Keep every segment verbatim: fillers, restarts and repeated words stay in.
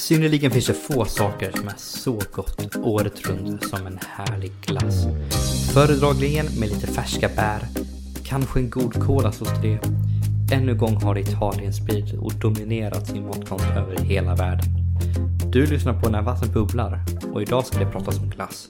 Synnerligen finns det få saker som är så gott året runt som en härlig glass. Föredragligen med lite färska bär, kanske en god kolasås till det. Ännu en gång har Italien spridit och dominerat sin matkonst över hela världen. Du lyssnar på När vatten bubblar och idag ska det pratas om glass.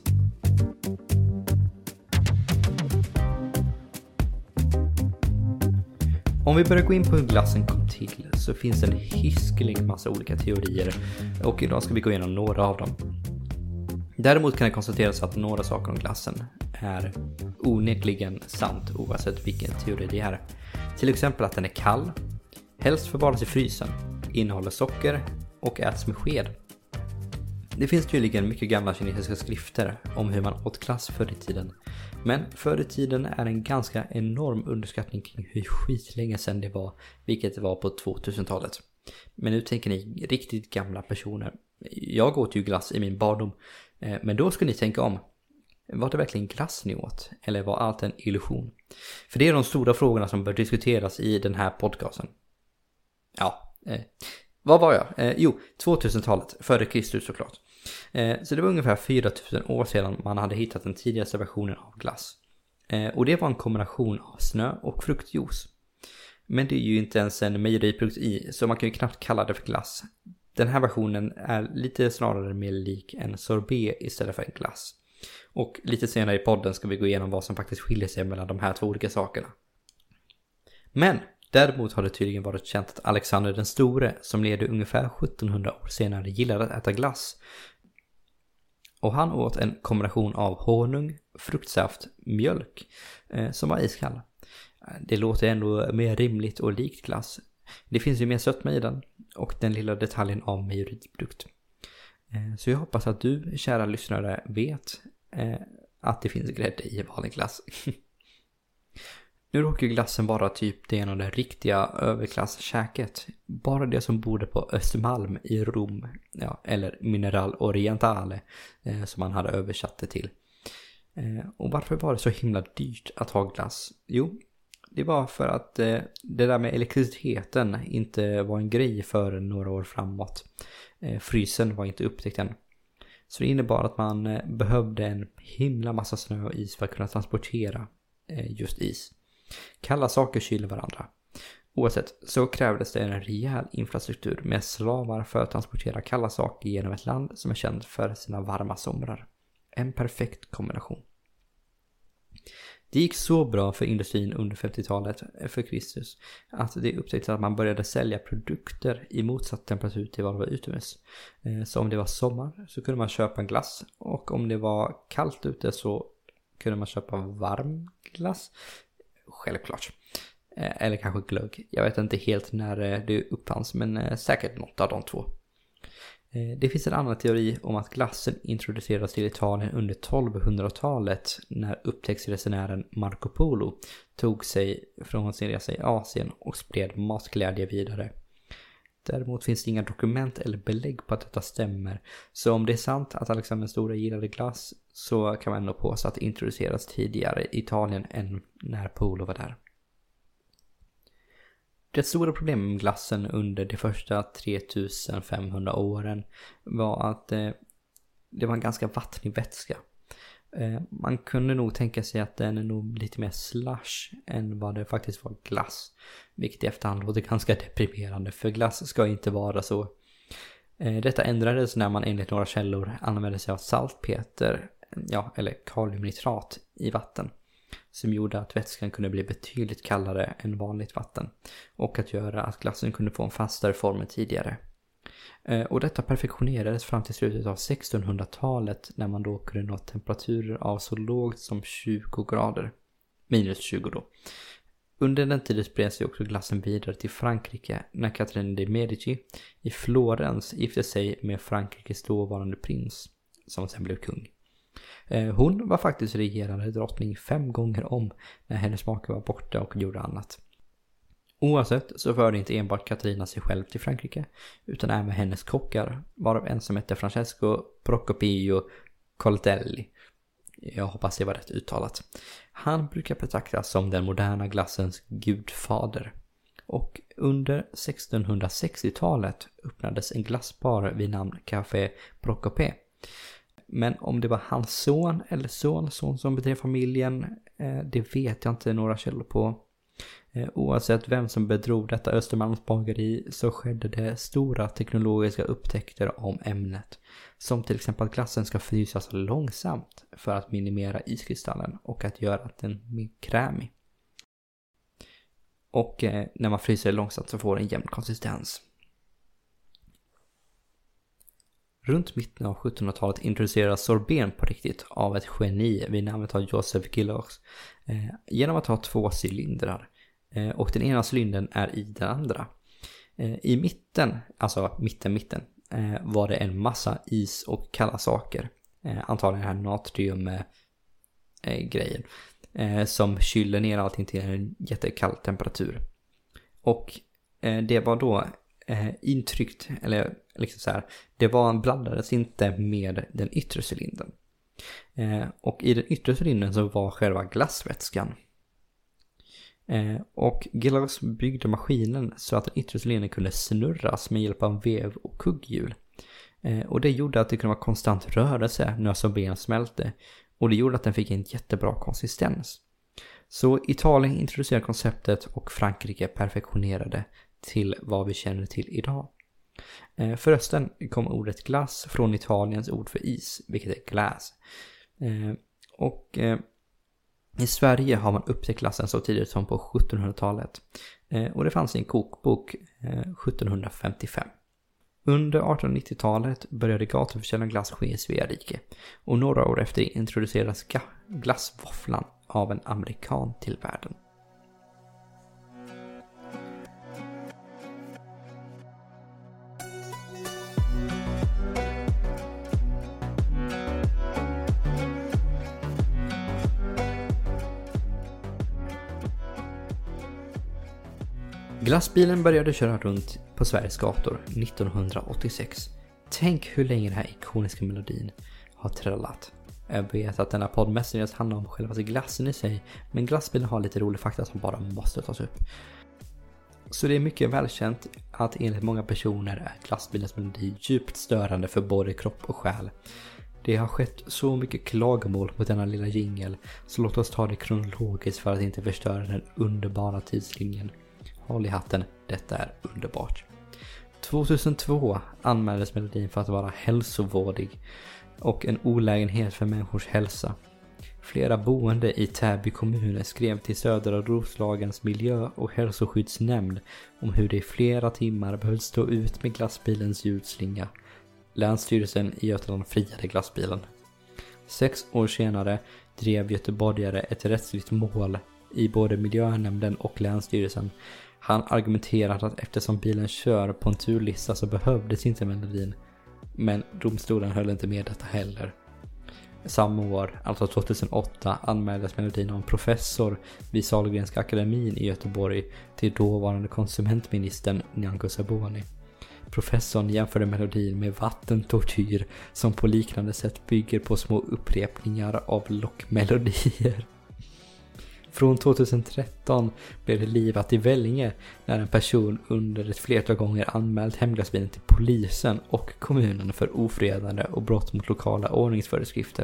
Om vi börjar gå in på hur glassen kom till så finns det en hiskelig massa olika teorier och idag ska vi gå igenom några av dem. Däremot kan det konstateras att några saker om glassen är onekligen sant oavsett vilken teori det är. Till exempel att den är kall, helst förvaras i frysen, innehåller socker och äts med sked. Det finns tydligen mycket gamla kinesiska skrifter om hur man åt glass förr i tiden. Men förr i tiden är en ganska enorm underskattning kring hur skitlänge sedan det var, vilket det var på tvåtusentalet. Men nu tänker ni riktigt gamla personer. Jag åt ju glass i min barndom, men då ska ni tänka om. Var det verkligen glass ni åt? Eller var allt en illusion? För det är de stora frågorna som bör diskuteras i den här podcasten. Ja, eh, vad var jag? Eh, jo, tvåtusentalet, före Kristus såklart. Eh, så det var ungefär fyra tusen år sedan man hade hittat den tidigaste versionen av glass. Eh, och det var en kombination av snö och fruktjuice. Men det är ju inte ens en mejeriprodukt i, så man kan ju knappt kalla det för glass. Den här versionen är lite snarare mer lik en sorbet istället för en glass. Och lite senare i podden ska vi gå igenom vad som faktiskt skiljer sig mellan de här två olika sakerna. Men däremot har det tydligen varit känt att Alexander den store, som levde ungefär sjuttonhundra år senare, gillade att äta glass. Och han åt en kombination av honung, fruktsaft, mjölk eh, som var iskall. Det låter ändå mer rimligt och likt glass. Det finns ju mer sötma i den och den lilla detaljen av mejeriprodukt. Eh, så jag hoppas att du, kära lyssnare, vet eh, att det finns grädde i vanlig glass. Nu råkar glassen vara typ det ena av det riktiga överklasskäket. Bara det som bodde på Östermalm i Rom, ja, eller Mineral Orientale eh, som man hade översatt det till. Eh, och varför var det så himla dyrt att ha glass? Jo, det var för att eh, det där med elektriciteten inte var en grej för några år framåt. Eh, frysen var inte upptäckt än. Så det innebar att man eh, behövde en himla massa snö och is för att kunna transportera eh, just is. Kalla saker kyler varandra. Oavsett så krävdes det en rejäl infrastruktur med slavar för att transportera kalla saker genom ett land som är känt för sina varma somrar. En perfekt kombination. Det gick så bra för industrin under femtiotalet för Kristus att det upptäcktes att man började sälja produkter i motsatt temperatur till vad det var utomhus. Så om det var sommar så kunde man köpa en glass, och om det var kallt ute så kunde man köpa varm glass. Självklart. Eller kanske glögg. Jag vet inte helt när det uppfanns, men säkert något av de två. Det finns en annan teori om att glassen introducerades till Italien under tolvhundratalet när upptäcktsresenären Marco Polo tog sig från sin resa i Asien och spred matglädje vidare. Däremot finns det inga dokument eller belägg på att detta stämmer, så om det är sant att Alexander den store gillade glass så kan man ändå påstå att det introduceras tidigare i Italien än när Polo var där. Det stora problemet med glassen under de första tre tusen femhundra åren var att eh, det var en ganska vattnig vätska. Eh, man kunde nog tänka sig att den är nog lite mer slush än vad det faktiskt var glass. Vilket i efterhand låter ganska deprimerande, för glass ska inte vara så. Eh, detta ändrades när man enligt några källor använde sig av saltpeter, ja, eller kaliumnitrat i vatten. Som gjorde att vätskan kunde bli betydligt kallare än vanligt vatten. Och att göra att glassen kunde få en fastare form än tidigare. Och detta perfektionerades fram till slutet av sextonhundratalet när man då kunde nå temperaturer av så lågt som tjugo grader. minus tjugo då. Under den tiden spred sig också glassen vidare till Frankrike när Catherine de Medici i Florens gifte sig med Frankrikes dåvarande prins som sen blev kung. Hon var faktiskt regerande drottning fem gånger om när hennes make var borta och gjorde annat. Oavsett så förde inte enbart Katarina sig själv till Frankrike utan även hennes kockar, varav en som hette Francesco Procopio Coltelli. Jag hoppas det var rätt uttalat. Han brukar betraktas som den moderna glassens gudfader. Och under sextonhundrasextiotalet öppnades en glassbar vid namn Café Procopé. Men om det var hans son eller sonson som bedrev familjen, det vet jag inte några källor på. Oavsett vem som bedrog detta Östermalmsbageri så skedde det stora teknologiska upptäckter om ämnet. Som till exempel att glassen ska frysas långsamt för att minimera iskristallen och att göra den mer krämig. Och eh, när man fryser långsamt så får den en jämn konsistens. Runt mitten av sjuttonhundratalet introduceras sorbeten på riktigt av ett geni vid namnet av Joseph Guillaume eh, genom att ha två cylindrar. Eh, och den ena cylindern är i den andra. Eh, I mitten, alltså mitten, mitten, eh, var det en massa is och kalla saker. Eh, antagligen den här natrium eh, eh, grejen. Eh, som kyler ner allting till en jättekall temperatur. Och eh, det var då eh, intryckt, eller liksom så här, det var blandades inte med den yttre cylindern. Eh, och i den yttre cylindern så var själva glassvätskan. Eh, och Guillaume byggde maskinen så att den yttre cylindern kunde snurras med hjälp av vev och kugghjul. Eh, och det gjorde att det kunde vara konstant rörelse när sorbeten smälte. Och det gjorde att den fick en jättebra konsistens. Så Italien introducerade konceptet och Frankrike perfektionerade till vad vi känner till idag. Eh, förresten kom ordet glass från Italiens ord för is, vilket är glass. Eh, och eh, i Sverige har man upptäckt glassen så tidigt som på sjuttonhundratalet. Eh, och det fanns i en kokbok eh, sjuttonhundrafemtiofem. Under artonhundranittiotalet började gatuförsäljning av glass ske i Sverige och några år efter introduceras glassvåfflan av en amerikan till världen. Glassbilen började köra runt på Sveriges gator nittonhundraåttiosex. Tänk hur länge den här ikoniska melodin har trällat. Jag vet att denna podd mestadels handlar om själva glassen i sig, men glassbilen har lite rolig fakta som bara måste tas upp. Så det är mycket välkänt att enligt många personer är glassbilens melodi djupt störande för både kropp och själ. Det har skett så mycket klagomål mot denna lilla jingle, så låt oss ta det kronologiskt för att inte förstöra den underbara tidslinjen. Håll i hatten, detta är underbart. tjugohundratvå anmäldes melodin för att vara hälsovådlig och en olägenhet för människors hälsa. Flera boende i Täby kommun skrev till Södra Roslagens miljö- och hälsoskyddsnämnd om hur det i flera timmar behövde stå ut med glassbilens ljudslinga. Länsstyrelsen i Götaland friade glassbilen. Sex år senare drev göteborgare ett rättsligt mål i både miljönämnden och länsstyrelsen. Han argumenterade att eftersom bilen kör på en turlista så behövdes inte melodin. Men domstolen höll inte med detta heller. Samma år, alltså tjugohundraåtta, anmäldes melodin av en professor vid Sahlgrenska akademin i Göteborg till dåvarande konsumentministern Nyamko Sabuni. Professorn jämförde melodin med vattentortyr som på liknande sätt bygger på små upprepningar av lockmelodier. Från tjugotretton blev det livat i Vellinge när en person under ett flertal gånger anmält hemglassbilen till polisen och kommunen för ofredande och brott mot lokala ordningsföreskrifter.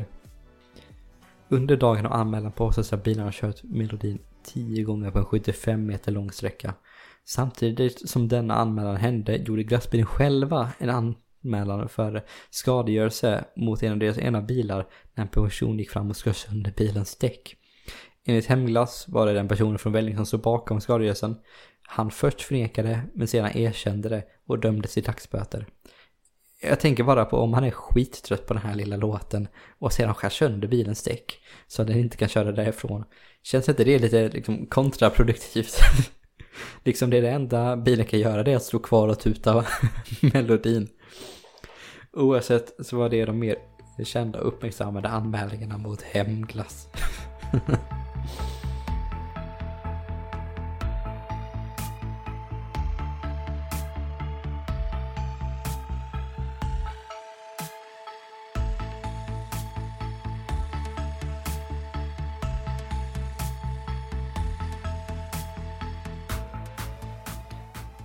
Under dagen av anmälan påstås att bilarna har kört melodin tio gånger på en sjuttiofem meter lång sträcka. Samtidigt som denna anmälan hände gjorde glassbilen själva en anmälan för skadegörelse mot en av deras ena bilar när en person gick fram och skar sönder bilens däck. Enligt Hemglass var det den personen från Vellinge som stod bakom skadegörelsen. Han först förnekade men sedan erkände det och dömdes till dagsböter. Jag tänker bara på om han är skittrött på den här lilla låten och sedan skär sönder bilens däck så att den inte kan köra därifrån. Känns inte det lite liksom kontraproduktivt? Liksom det är det enda bilen kan göra, det är att stå kvar och tuta melodin. Oavsett så var det de mer kända och uppmärksammade anmälningarna mot Hemglass.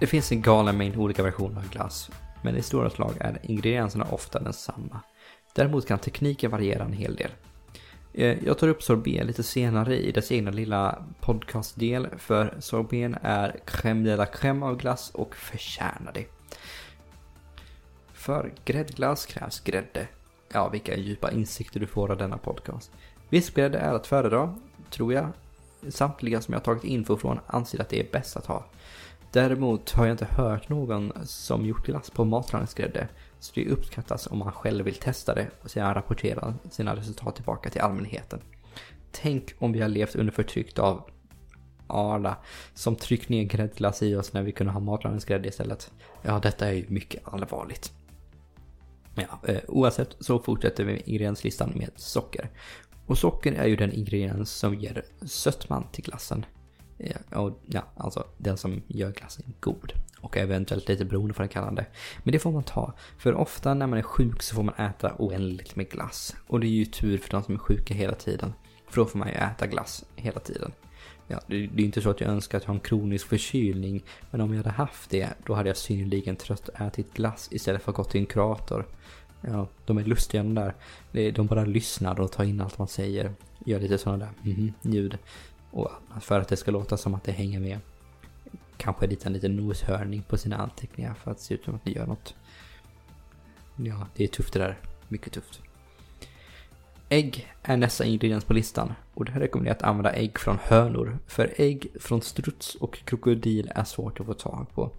Det finns en galen mängd olika versioner av glass, men i stora slag är ingredienserna ofta densamma. Däremot kan tekniken variera en hel del. Jag tar upp sorbet lite senare i dess egna lilla podcastdel, för sorbet är crème de la crème av glass och förtjänar det. För gräddglass krävs grädde. Ja, vilka djupa insikter du får av denna podcast. Vispgrädde är att föredra, tror jag. Samtliga som jag har tagit info från anser att det är bäst att ha. Däremot har jag inte hört någon som gjort glass på matlagningsgrädde, så det uppskattas om man själv vill testa det och sedan rapportera sina resultat tillbaka till allmänheten. Tänk om vi har levt under förtryck av Arla som tryckt ner gräddglass i oss när vi kunde ha matlagningsgrädde istället. Ja, detta är ju mycket allvarligt. Ja, eh, oavsett så fortsätter vi ingredienslistan med socker. Och socker är ju den ingrediens som ger sötman till glassen. Ja, och, ja, alltså den som gör glassen god. Och eventuellt lite beroende för den kallande. Men det får man ta. För ofta när man är sjuk så får man äta oändligt med glass. Och det är ju tur för de som är sjuka hela tiden. För då får man ju äta glass hela tiden. Ja, det, det är inte så att jag önskar att jag har en kronisk förkylning. Men om jag hade haft det, då hade jag synnerligen trött ätit glass istället för att gå till en kurator. Ja, de är lustiga de där. De bara lyssnar och tar in allt man säger. Gör lite sådana där mm, ljud. Och för att det ska låta som att det hänger med. Kanske lite en liten noshörning på sina anteckningar för att se ut som att det gör något. Ja, det är tufft det där. Mycket tufft. Ägg är nästa ingrediens på listan. Och det här rekommenderar att använda ägg från hönor. För ägg från struts och krokodil är svårt att få tag på.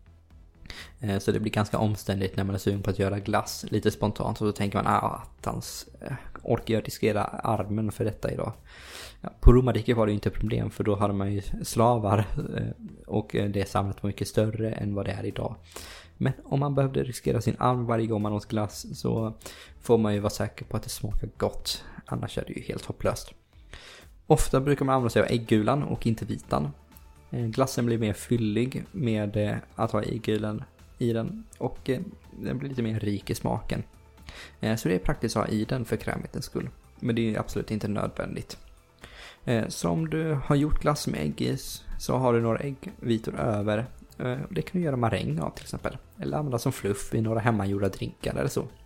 Så det blir ganska omständigt när man är sugen på att göra glass lite spontant. Och så tänker man, ah, attans, orkar jag riskera armen för detta idag? Ja, på romarriket var det inte ett problem, för då hade man ju slavar och det samhället var mycket större än vad det är idag. Men om man behövde riskera sin arm varje gång man åt glass så får man ju vara säker på att det smakar gott. Annars är det ju helt hopplöst. Ofta brukar man använda sig av äggulan och inte vitan. Glassen blir mer fyllig med att ha äggulan i den och den blir lite mer rik i smaken. Så det är praktiskt att ha i den för krämighetens skull. Men det är absolut inte nödvändigt. Så om du har gjort glass med ägg i så har du några äggvitor över. Det kan du göra maräng av till exempel. Eller använda som fluff i några hemmagjorda drinkar eller så.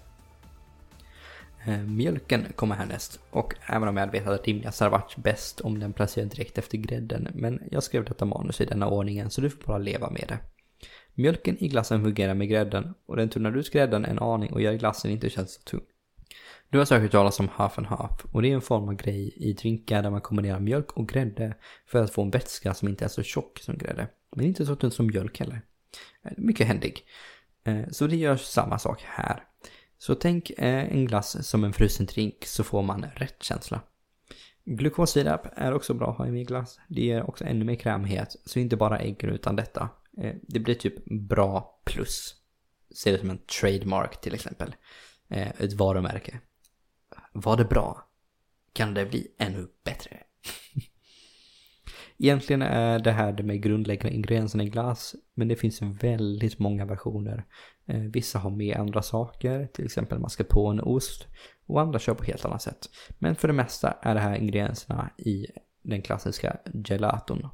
Mjölken kommer härnäst. Och även om jag vet att rimliga servats bäst om den placerar direkt efter grädden. Men jag skrev detta manus i denna ordningen så du får bara leva med det. Mjölken i glassen fungerar med grädden. Och den tunnar ut grädden en aning och gör glassen inte känns så tung. Du har säkert talat om half and half. Och det är en form av grej i drinkar där man kombinerar mjölk och grädde. För att få en vätska som inte är så tjock som grädde. Men inte så tunn som mjölk heller. Mycket händig. Så det görs samma sak här. Så tänk en glass som en frusen drink så får man rätt känsla. Glukossirap är också bra att ha i min glass. Det ger också ännu mer krämighet. Så inte bara äggen utan detta. Det blir typ bra plus. Ser det som en trademark till exempel. Ett varumärke. Var det bra? Kan det bli ännu bättre? Egentligen är det här det med grundläggande ingredienserna i glass. Men det finns väldigt många versioner. Vissa har med andra saker. Till exempel mascarpone, ost. Och andra kör på helt annat sätt. Men för det mesta är det här ingredienserna i den klassiska gelaton.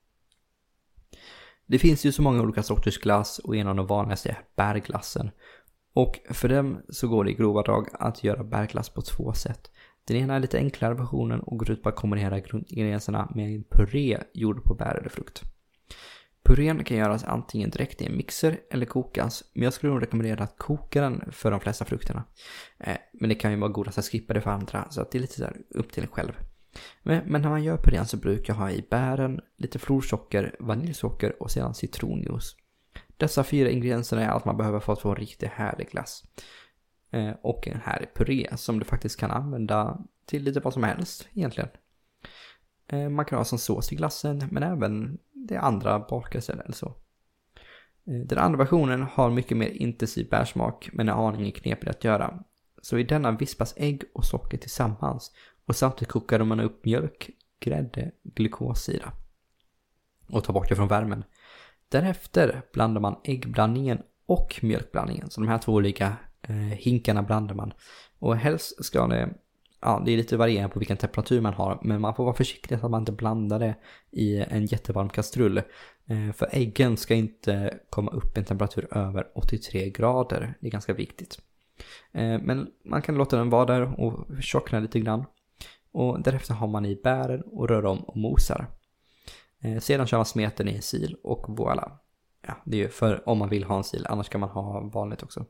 Det finns ju så många olika sorters glass. Och en av de vanligaste är bärglassen. Och för dem så går det i grova drag att göra bärglass på två sätt. Den ena är lite enklare versionen och går ut på att kombinera grundingredienserna med en puré gjord på bär eller frukt. Purén kan göras antingen direkt i en mixer eller kokas, men jag skulle nog rekommendera att koka den för de flesta frukterna. Eh, men det kan ju vara godast att skippa det för andra, så att det är lite där upp till en själv. Men, men när man gör purén så brukar jag ha i bären, lite florsocker, vaniljsocker och sedan citronjuice. Dessa fyra ingredienser är allt man behöver för att få en riktigt härlig glass. Eh, och en härlig puré som du faktiskt kan använda till lite vad som helst egentligen. Eh, man kan ha som sås i glassen, men även det andra bakelser eller så. Eh, den andra versionen har mycket mer intensiv bärsmak, men är aningen knepig att göra. Så i denna vispas ägg och socker tillsammans. Och samtidigt kokar man upp mjölk, grädde, glukossirap. Och tar bort det från värmen. Därefter blandar man äggblandningen och mjölkblandningen. Så de här två olika eh, hinkarna blandar man. Och helst ska det ja, det är lite varierande på vilken temperatur man har, men man får vara försiktig så att man inte blandar det i en jättevarm kastrull. För äggen ska inte komma upp i en temperatur över åttiotre grader, det är ganska viktigt. Men man kan låta den vara där och tjockna lite grann. Och därefter har man i bären och rör om och mosar. Sedan kör man smeten i en sil och voilà. Ja, det är ju för om man vill ha en sil, annars kan man ha vanligt också.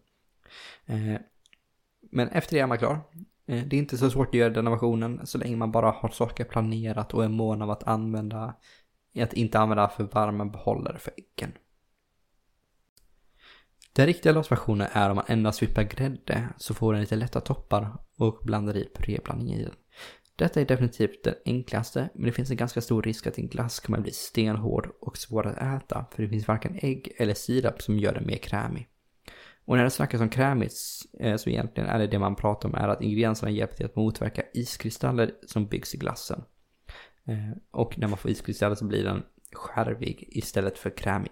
Men efter det är man klar. Det är inte så svårt att göra den versionen så länge man bara har saker planerat och är mån av att använda, att inte använda för varma behållare för äggen. Den riktiga glassversionen är om man endast vippar grädde så får den lite lätta toppar och blandar i puréblandning i den. Detta är definitivt den enklaste, men det finns en ganska stor risk att din glass kommer bli stenhård och svår att äta för det finns varken ägg eller sirap som gör den mer krämig. Och när det snackas om krämigt så egentligen är det det man pratar om är att ingredienserna hjälper till att motverka iskristaller som byggs i glassen. Och när man får iskristaller så blir den skärvig istället för krämig.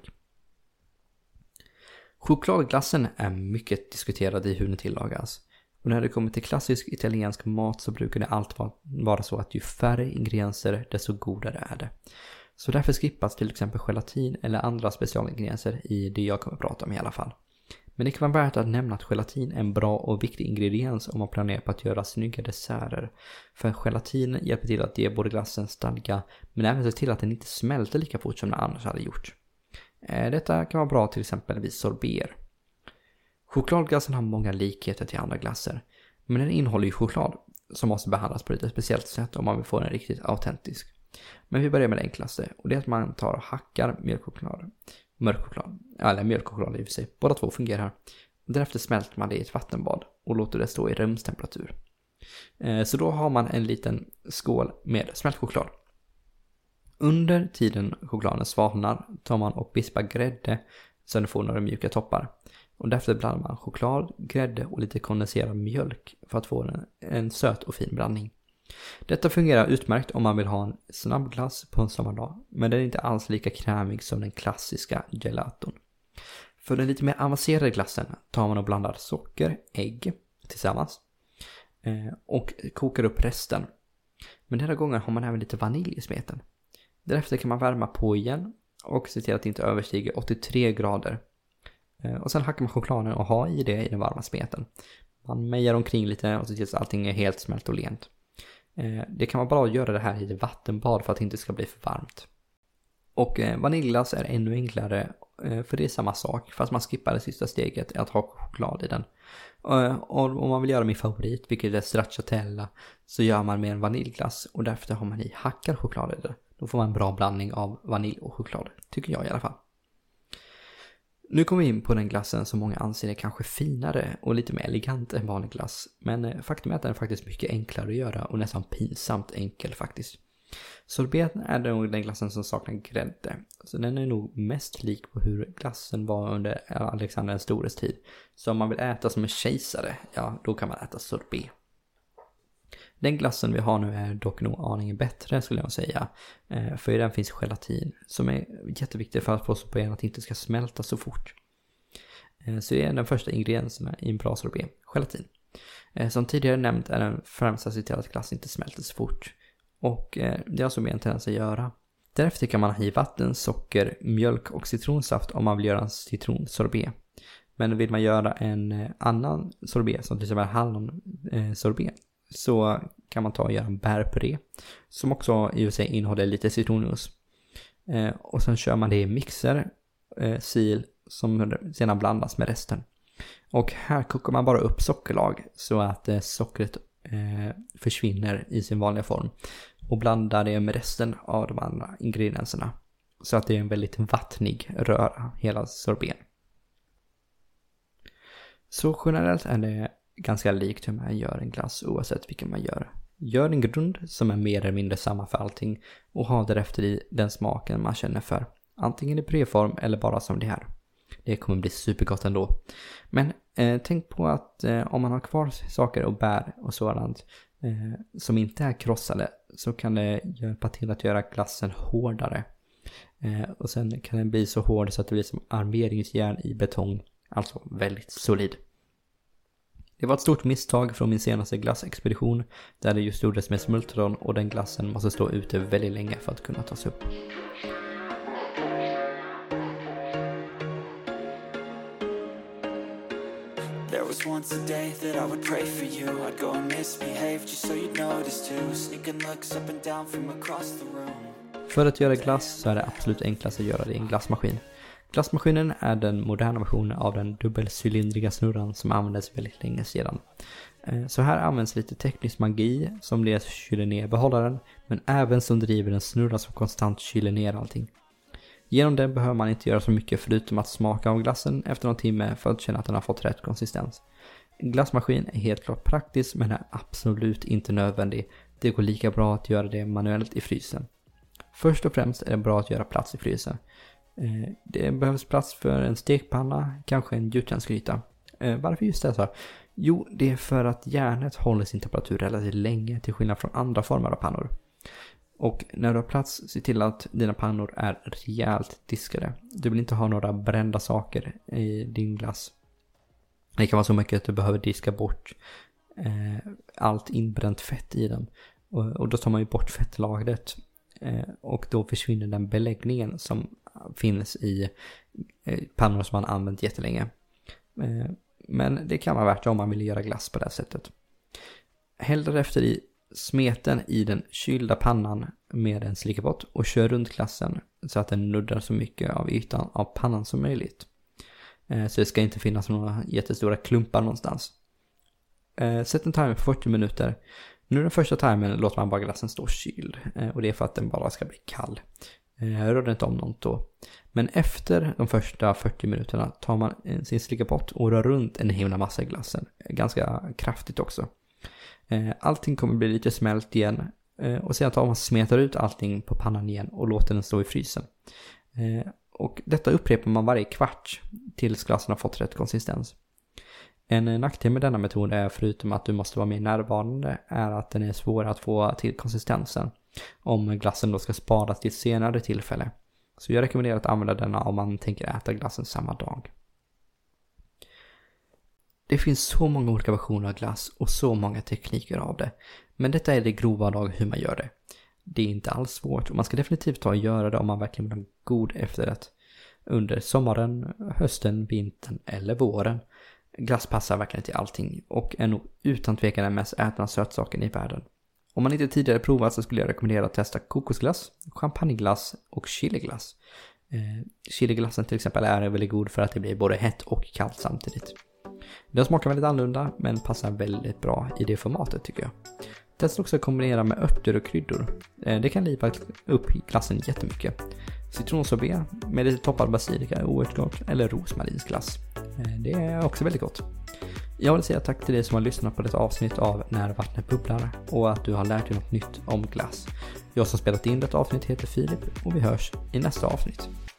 Chokladglassen är mycket diskuterad i hur den tillagas. Och när det kommer till klassisk italiensk mat så brukar det alltid vara så att ju färre ingredienser desto godare är det. Så därför skippas till exempel gelatin eller andra specialingredienser i det jag kommer att prata om i alla fall. Men det kan vara värt att nämna att gelatin är en bra och viktig ingrediens om man planerar på att göra snygga desserter. För gelatin hjälper till att ge både glassen stadga men även se till att den inte smälter lika fort som den annars hade gjort. Detta kan vara bra till exempel vid sorbeter. Chokladglassen har många likheter till andra glasser, men den innehåller ju choklad som måste behandlas på ett speciellt sätt om man vill få den riktigt autentisk. Men vi börjar med det enklaste och det är att man tar och hackar mjölkchoklad, mörkchoklad, eller mjölkchoklad i och för sig, båda två fungerar. Därefter smälter man det i ett vattenbad och låter det stå i rumstemperatur. Så då har man en liten skål med smält choklad. Under tiden chokladen svalnar tar man och vispar grädde så den får några mjuka toppar. Och därefter blandar man choklad, grädde och lite kondenserad mjölk för att få en, en söt och fin blandning. Detta fungerar utmärkt om man vill ha en snabb glass på en sommardag, men den är inte alls lika krämig som den klassiska gelaton. För den lite mer avancerade glassen tar man och blandar socker, ägg tillsammans eh, och kokar upp resten. Men den här gången har man även lite vanilj i smeten. Därefter kan man värma på igen och se till att det inte överstiger åttiotre grader. Och sen hackar man chokladen och har i det i den varma smeten. Man mejar omkring lite och ser till att allting är helt smält och lent. Det kan vara bra att göra det här i ett vattenbad för att det inte ska bli för varmt. Och vaniljglass är ännu enklare för det är samma sak fast man skippar det sista steget att ha choklad i den. Och om man vill göra min favorit, vilket är stracciatella, så gör man med en vaniljglass och därför har man i hackad choklad i det. Då får man en bra blandning av vanilj och choklad, tycker jag i alla fall. Nu kommer vi in på den glassen som många anser är kanske finare och lite mer elegant än vanlig glass. Men faktum är att den är faktiskt mycket enklare att göra och nästan pinsamt enkel faktiskt. Sorbet är nog den glassen som saknar grädde. Så den är nog mest lik på hur glassen var under Alexander den stores tid. Så om man vill äta som en kejsare, ja då kan man äta sorbet. Den glassen vi har nu är dock nog aningen bättre skulle jag säga. För i den finns gelatin som är jätteviktig för att få sorbeten att inte ska smälta så fort. Så det är den första ingredienserna i en bra sorbet, gelatin. Som tidigare nämnt är den främst att se till att glass inte smälter så fort. Och det har sorbeten en tendens att göra. Därefter kan man ha i vatten, socker, mjölk och citronsaft om man vill göra en citronsorbet. Men vill man göra en annan sorbet som till exempel hallonsorbet så kan man ta och göra en bärpuré som också i och för sig innehåller lite citronjuice. Eh, och sen kör man det i mixer, eh, sil som sedan blandas med resten. Och här kokar man bara upp sockerlag så att eh, sockret eh, försvinner i sin vanliga form. Och blandar det med resten av de andra ingredienserna. Så att det är en väldigt vattnig röra, hela sorbeten. Så generellt är det ganska likt hur man gör en glass oavsett vilken man gör. Gör en grund som är mer eller mindre samma för allting och ha därefter i den smaken man känner för. Antingen i puréform eller bara som det här. Det kommer bli supergott ändå. Men eh, tänk på att eh, om man har kvar saker och bär och sådant eh, som inte är krossade så kan det hjälpa till att göra glassen hårdare. Eh, och sen kan den bli så hård så att det blir som armeringsjärn i betong. Alltså väldigt solid. Det var ett stort misstag från min senaste glassexpedition där det just gjordes med smultron och den glassen måste stå ute väldigt länge för att kunna tas upp. There was once a day that I would pray for you. I'd go and misbehave just so you'd notice too. Sneaking looks up and down from across the room. För att göra glass så är det absolut enklast att göra det i en glassmaskin. Glassmaskinen är den moderna versionen av den dubbelcylindriga snurran som användes väldigt länge sedan. Så här används lite teknisk magi som dels kyler ner behållaren men även som driver en snurra som konstant kyler ner allting. Genom den behöver man inte göra så mycket förutom att smaka av glassen efter någon timme för att känna att den har fått rätt konsistens. En glassmaskin är helt klart praktisk men är absolut inte nödvändig. Det går lika bra att göra det manuellt i frysen. Först och främst är det bra att göra plats i frysen. Det behövs plats för en stekpanna, kanske en gjutjärnsgryta. Varför just det så? Jo, det är för att järnet håller sin temperatur relativt länge till skillnad från andra former av pannor. Och när du har plats, se till att dina pannor är rejält diskade. Du vill inte ha några brända saker i din glass. Det kan vara så mycket att du behöver diska bort eh, allt inbränt fett i den. Och, och då tar man ju bort fettlagret. Eh, och då försvinner den beläggningen som finns i eh, pannor som man använt jättelänge. Eh, men det kan vara värt om man vill göra glass på det här sättet. Häll därefter i smeten i den kylda pannan med en slickepott och kör runt glassen så att den nuddar så mycket av ytan av pannan som möjligt. Eh, så det ska inte finnas några jättestora klumpar någonstans. Eh, sätt en timer på fyrtio minuter. Nu den första timern låter man bara glassen stå kyld eh, och det är för att den bara ska bli kall. Eh, rör inte om något då. Men efter de första fyrtio minuterna tar man sin slickepott och rör runt en himla massa i glassen. Ganska kraftigt också. Allting kommer bli lite smält igen och sedan tar man smetar ut allting på pannan igen och låter den stå i frysen. Och detta upprepar man varje kvart tills glassen har fått rätt konsistens. En nackdel med denna metod är, förutom att du måste vara mer närvarande, är att den är svår att få till konsistensen om glassen då ska sparas till ett senare tillfälle. Så jag rekommenderar att använda denna om man tänker äta glassen samma dag. Det finns så många olika versioner av glass och så många tekniker av det. Men detta är det grova lag hur man gör det. Det är inte alls svårt och man ska definitivt ta och göra det om man verkligen vill ha god efterrätt. Under sommaren, hösten, vintern eller våren. Glass passar verkligen till allting och är nog utan tvekan den mest ätna sötsaken i världen. Om man inte tidigare provat så skulle jag rekommendera att testa kokosglass, champagneglass och chiliglass. Eh, chiliglassen till exempel är väldigt god för att det blir både hett och kallt samtidigt. Den smakar väldigt annorlunda men passar väldigt bra i det formatet tycker jag. Testa också att kombinera med örter och kryddor. Det kan liva upp glassen jättemycket. Citronsorbet med lite toppad basilika är oerhört gott, eller rosmarinsglass. Det är också väldigt gott. Jag vill säga tack till dig som har lyssnat på detta avsnitt av När vattnet bubblar och att du har lärt dig något nytt om glass. Jag som spelat in detta avsnitt heter Filip och vi hörs i nästa avsnitt.